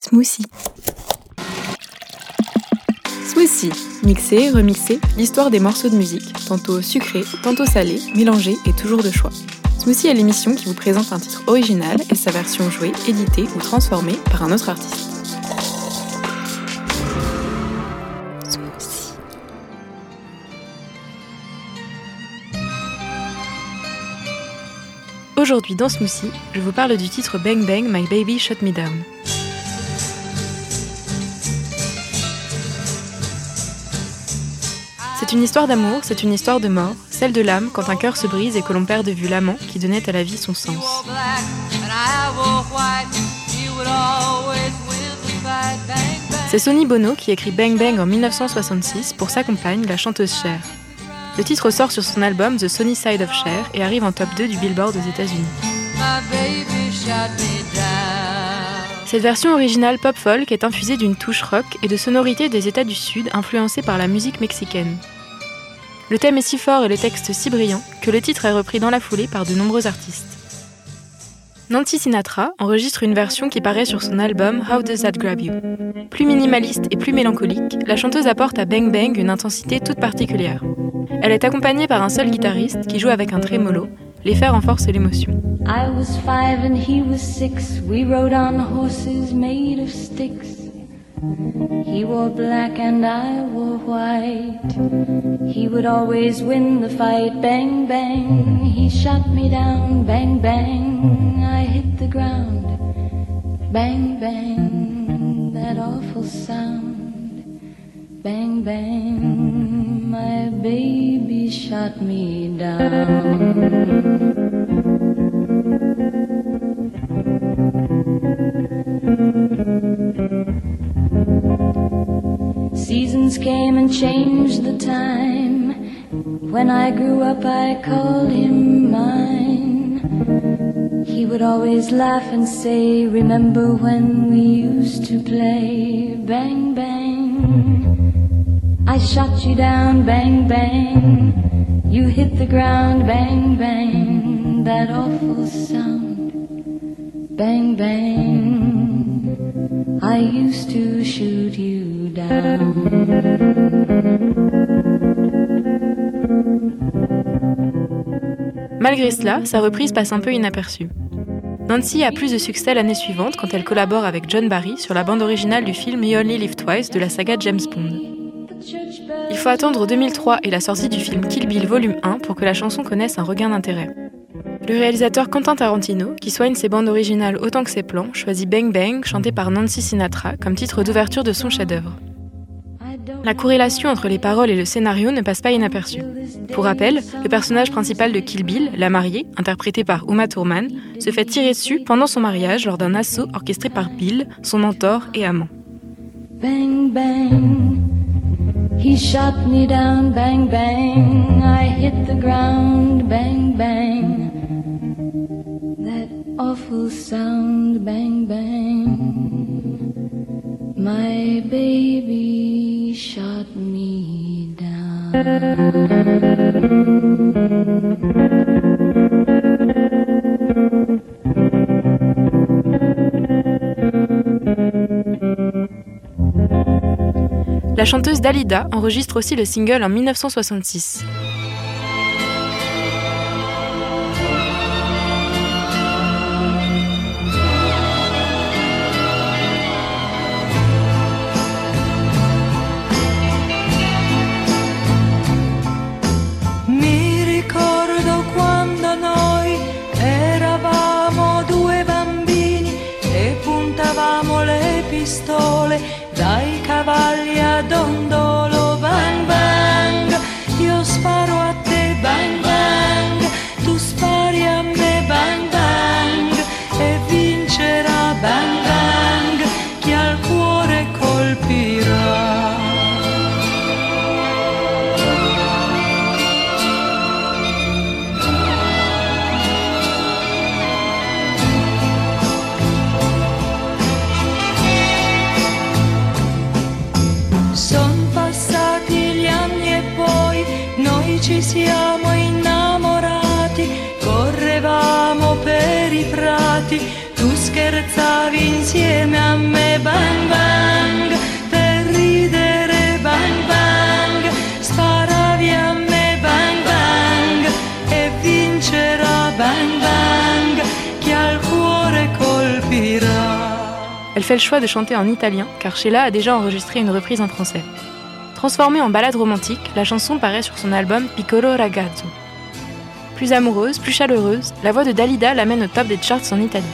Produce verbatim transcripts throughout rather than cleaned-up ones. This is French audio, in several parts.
Smoothie. Smoothie, mixé, remixé, l'histoire des morceaux de musique, tantôt sucrés, tantôt salés, mélangés et toujours de choix. Smoothie est l'émission qui vous présente un titre original et sa version jouée, éditée ou transformée par un autre artiste. Smoothie. Aujourd'hui dans Smoothie, je vous parle du titre Bang Bang, My Baby Shut Me Down. C'est une histoire d'amour, c'est une histoire de mort, celle de l'âme quand un cœur se brise et que l'on perd de vue l'amant qui donnait à la vie son sens. C'est Sonny Bono qui écrit Bang Bang en dix-neuf cent soixante-six pour sa compagne, la chanteuse Cher. Le titre sort sur son album The Sunny Side of Cher et arrive en top deux du Billboard aux États-Unis. Cette version originale pop-folk est infusée d'une touche rock et de sonorités des États du Sud influencées par la musique mexicaine. Le thème est si fort et le texte si brillant que le titre est repris dans la foulée par de nombreux artistes. Nancy Sinatra enregistre une version qui paraît sur son album How Does That Grab You. Plus minimaliste et plus mélancolique, la chanteuse apporte à Bang Bang une intensité toute particulière. Elle est accompagnée par un seul guitariste qui joue avec un trémolo. L'effet renforce l'émotion. I was five and he was six. We rode on horses made of sticks. He wore black and I wore white. He would always win the fight. Bang, bang, he shot me down. Bang, bang, I hit the ground. Bang, bang, that awful sound. Bang, bang, my baby shot me down. Seasons came and changed the time. When I grew up I called him mine. He would always laugh and say, remember when we used to play? Bang, bang, I shot you down. Bang, bang, you hit the ground. Bang, bang, that awful sound. Bang, bang, I used to shoot you down. Malgré cela, sa reprise passe un peu inaperçue. Nancy a plus de succès l'année suivante quand elle collabore avec John Barry sur la bande originale du film You Only Live Twice de la saga James Bond. Il faut attendre deux mille trois et la sortie du film Kill Bill Volume un pour que la chanson connaisse un regain d'intérêt. Le réalisateur Quentin Tarantino, qui soigne ses bandes originales autant que ses plans, choisit Bang Bang, chanté par Nancy Sinatra, comme titre d'ouverture de son chef-d'œuvre. La corrélation entre les paroles et le scénario ne passe pas inaperçue. Pour rappel, le personnage principal de Kill Bill, la mariée, interprétée par Uma Thurman, se fait tirer dessus pendant son mariage lors d'un assaut orchestré par Bill, son mentor et amant. Bang, bang, he shot me down. Bang, bang, I hit the ground. Bang, bang, that awful sound. Bang, bang, my baby shot me down. La chanteuse Dalida enregistre aussi le single en dix-neuf cent soixante-six. Mi ricordo quando noi eravamo due bambini e puntavamo le pistole dai cavalli a dondolo. Bang bang, io sparo a te. Bang bang, tu spari a me. Bang bang, e vincerà. Bang bang, chi al cuore colpirà. Son passati gli anni e poi noi ci siamo innamorati, correvamo per i prati, tu scherzavi insieme a me. Bang elle fait le choix de chanter en italien car Sheila a déjà enregistré une reprise en français. Transformée en ballade romantique, la chanson paraît sur son album Piccolo Ragazzo. Plus amoureuse, plus chaleureuse, la voix de Dalida l'amène au top des charts en Italie.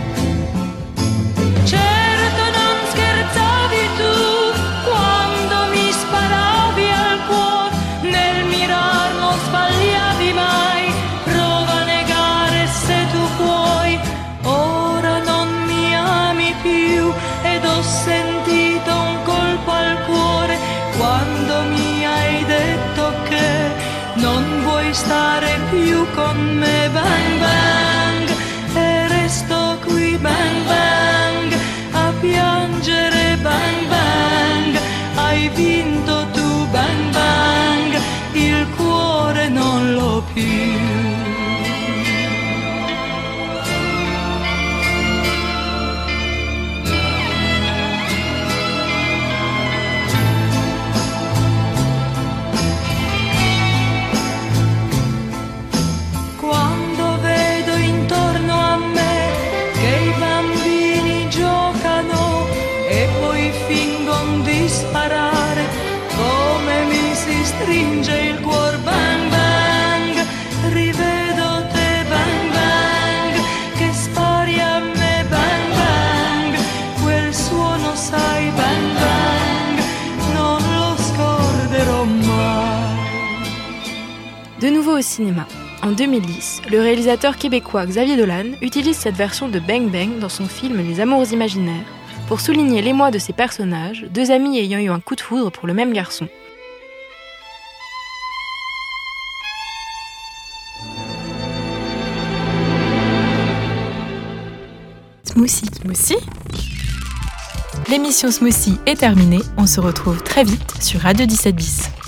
Stare più con me, bang bang, e resto qui, bang bang, a piangere, bang bang, hai vinto tu, bang bang, il cuore non l'ho più. Stringe il cuore, bang bang, rivedo te, bang bang, che spari a me, bang bang, quel suono sai, bang bang, non lo scorderò mai. De nouveau au cinéma. En deux mille dix, le réalisateur québécois Xavier Dolan utilise cette version de Bang Bang dans son film Les Amours imaginaires pour souligner l'émoi de ses personnages, deux amis ayant eu un coup de foudre pour le même garçon. Smoothie. Smoothie. L'émission Smoothie est terminée. On se retrouve très vite sur Radio dix-sept bis.